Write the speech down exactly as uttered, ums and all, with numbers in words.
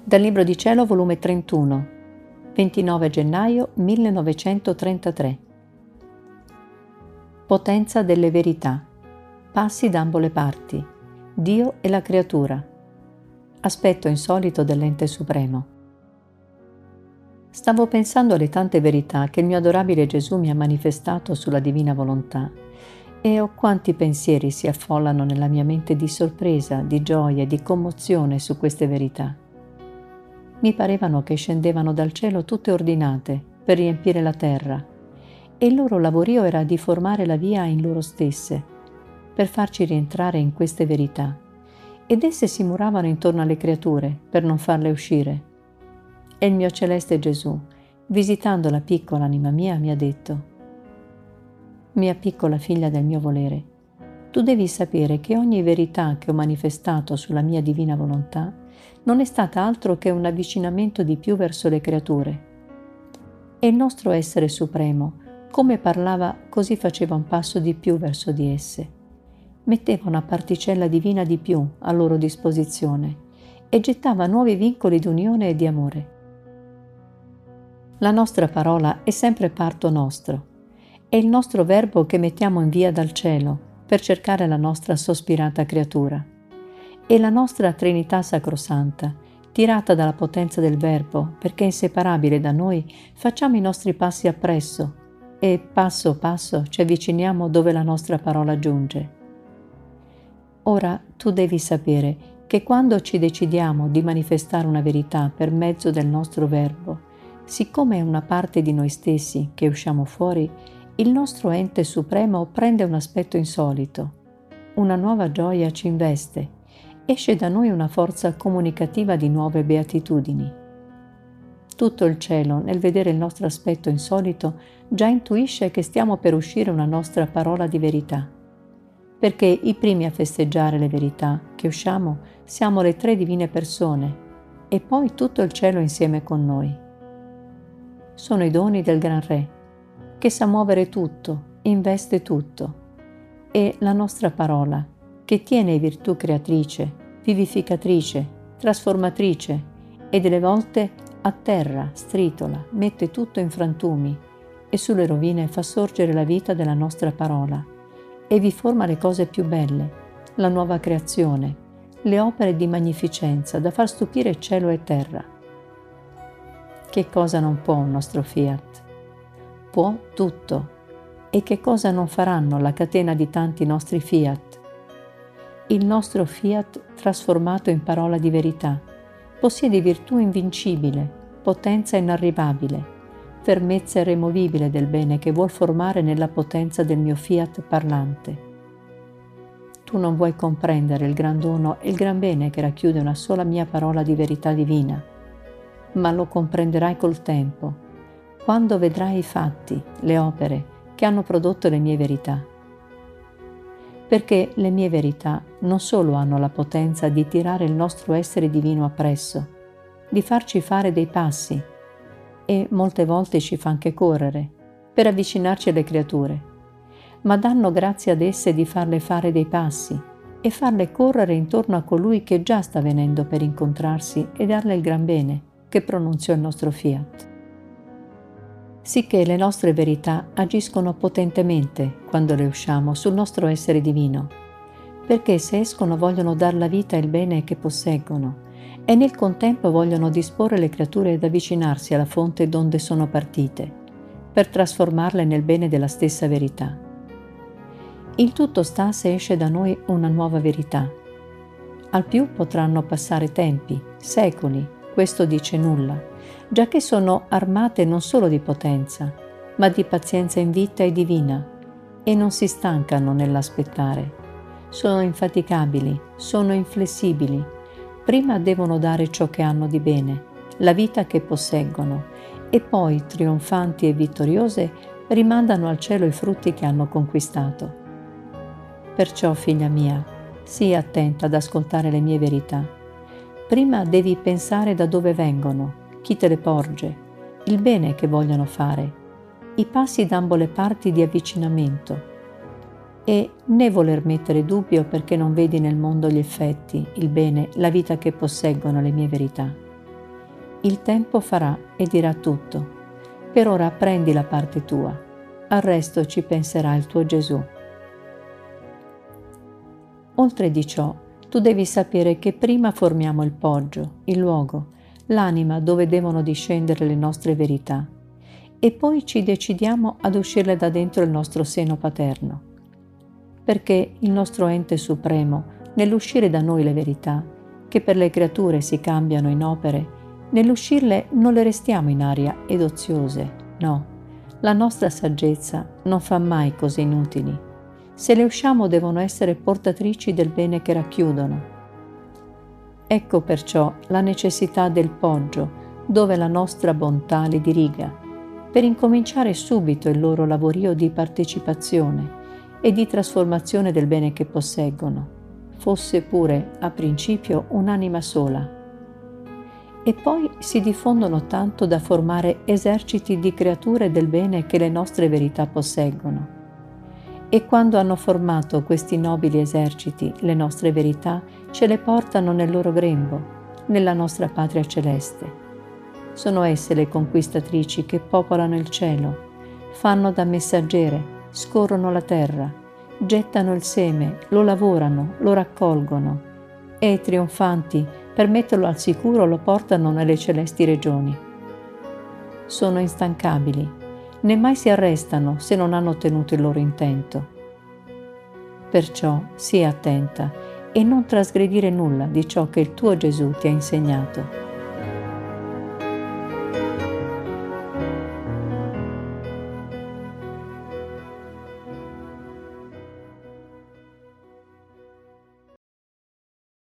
Dal Libro di Cielo, volume trentuno, ventinove gennaio millenovecentotrentatré. Potenza delle verità. Passi da ambo le parti. Dio e la creatura. Aspetto insolito dell'ente supremo. Stavo pensando alle tante verità che il mio adorabile Gesù mi ha manifestato sulla divina volontà, e oh quanti pensieri si affollano nella mia mente di sorpresa, di gioia e di commozione su queste verità. Mi parevano che scendevano dal cielo tutte ordinate per riempire la terra, e il loro lavorio era di formare la via in loro stesse, per farci rientrare in queste verità, ed esse si muravano intorno alle creature per non farle uscire. E il mio celeste Gesù, visitando la piccola anima mia, mi ha detto: «Mia piccola figlia del mio volere, tu devi sapere che ogni verità che ho manifestato sulla mia divina volontà non è stata altro che un avvicinamento di più verso le creature. E il nostro essere supremo, come parlava, così faceva un passo di più verso di esse. Metteva una particella divina di più a loro disposizione e gettava nuovi vincoli di unione e di amore. La nostra parola è sempre parto nostro, è il nostro verbo che mettiamo in via dal cielo per cercare la nostra sospirata creatura. E la nostra Trinità Sacrosanta, tirata dalla potenza del Verbo, perché è inseparabile da noi, facciamo i nostri passi appresso e passo passo ci avviciniamo dove la nostra parola giunge. Ora tu devi sapere che quando ci decidiamo di manifestare una verità per mezzo del nostro Verbo, siccome è una parte di noi stessi che usciamo fuori, il nostro ente supremo prende un aspetto insolito. Una nuova gioia ci investe. Esce da noi una forza comunicativa di nuove beatitudini. Tutto il cielo, nel vedere il nostro aspetto insolito, già intuisce che stiamo per uscire una nostra parola di verità. Perché i primi a festeggiare le verità che usciamo siamo le tre divine persone e poi tutto il cielo insieme con noi. Sono i doni del Gran Re, che sa muovere tutto, investe tutto, e la nostra parola, che tiene virtù creatrice, vivificatrice, trasformatrice e delle volte atterra, stritola, mette tutto in frantumi e sulle rovine fa sorgere la vita della nostra parola e vi forma le cose più belle, la nuova creazione, le opere di magnificenza da far stupire cielo e terra. Che cosa non può un nostro Fiat? Può tutto. E che cosa non faranno la catena di tanti nostri Fiat? Il nostro Fiat trasformato in parola di verità possiede virtù invincibile, potenza inarrivabile, fermezza irremovibile del bene che vuol formare nella potenza del mio Fiat parlante. Tu non vuoi comprendere il gran dono e il gran bene che racchiude una sola mia parola di verità divina, ma lo comprenderai col tempo, quando vedrai i fatti, le opere che hanno prodotto le mie verità. Perché le mie verità non solo hanno la potenza di tirare il nostro essere divino appresso, di farci fare dei passi, e molte volte ci fa anche correre, per avvicinarci alle creature, ma danno grazie ad esse di farle fare dei passi e farle correre intorno a colui che già sta venendo per incontrarsi e darle il gran bene che pronunziò il nostro Fiat. Sicché le nostre verità agiscono potentemente quando le usciamo sul nostro essere divino, perché se escono vogliono dar la vita e il bene che posseggono e nel contempo vogliono disporre le creature ad avvicinarsi alla fonte donde sono partite, per trasformarle nel bene della stessa verità. Il tutto sta se esce da noi una nuova verità. Al più potranno passare tempi, secoli, questo dice nulla, giacché sono armate non solo di potenza, ma di pazienza invita e divina, e non si stancano nell'aspettare. Sono infaticabili, sono inflessibili. Prima devono dare ciò che hanno di bene, la vita che posseggono, e poi, trionfanti e vittoriose, rimandano al cielo i frutti che hanno conquistato. Perciò, figlia mia, sii attenta ad ascoltare le mie verità. Prima devi pensare da dove vengono, chi te le porge, il bene che vogliono fare, i passi d'ambo le parti di avvicinamento, e né voler mettere dubbio perché non vedi nel mondo gli effetti, il bene, la vita che posseggono le mie verità. Il tempo farà e dirà tutto. Per ora prendi la parte tua, al resto ci penserà il tuo Gesù. Oltre di ciò, tu devi sapere che prima formiamo il poggio, il luogo, l'anima dove devono discendere le nostre verità, e poi ci decidiamo ad uscirle da dentro il nostro seno paterno. Perché il nostro ente supremo, nell'uscire da noi le verità, che per le creature si cambiano in opere, nell'uscirle non le restiamo in aria ed oziose, no. La nostra saggezza non fa mai cose inutili. Se le usciamo devono essere portatrici del bene che racchiudono. Ecco perciò la necessità del poggio, dove la nostra bontà li diriga, per incominciare subito il loro lavorio di partecipazione e di trasformazione del bene che posseggono, fosse pure a principio un'anima sola. E poi si diffondono tanto da formare eserciti di creature del bene che le nostre verità posseggono. E quando hanno formato questi nobili eserciti, le nostre verità ce le portano nel loro grembo, nella nostra patria celeste. Sono esse le conquistatrici che popolano il cielo, fanno da messaggere, scorrono la terra, gettano il seme, lo lavorano, lo raccolgono e, trionfanti, per metterlo al sicuro lo portano nelle celesti regioni. Sono instancabili, né mai si arrestano se non hanno ottenuto il loro intento. Perciò sii attenta e non trasgredire nulla di ciò che il tuo Gesù ti ha insegnato.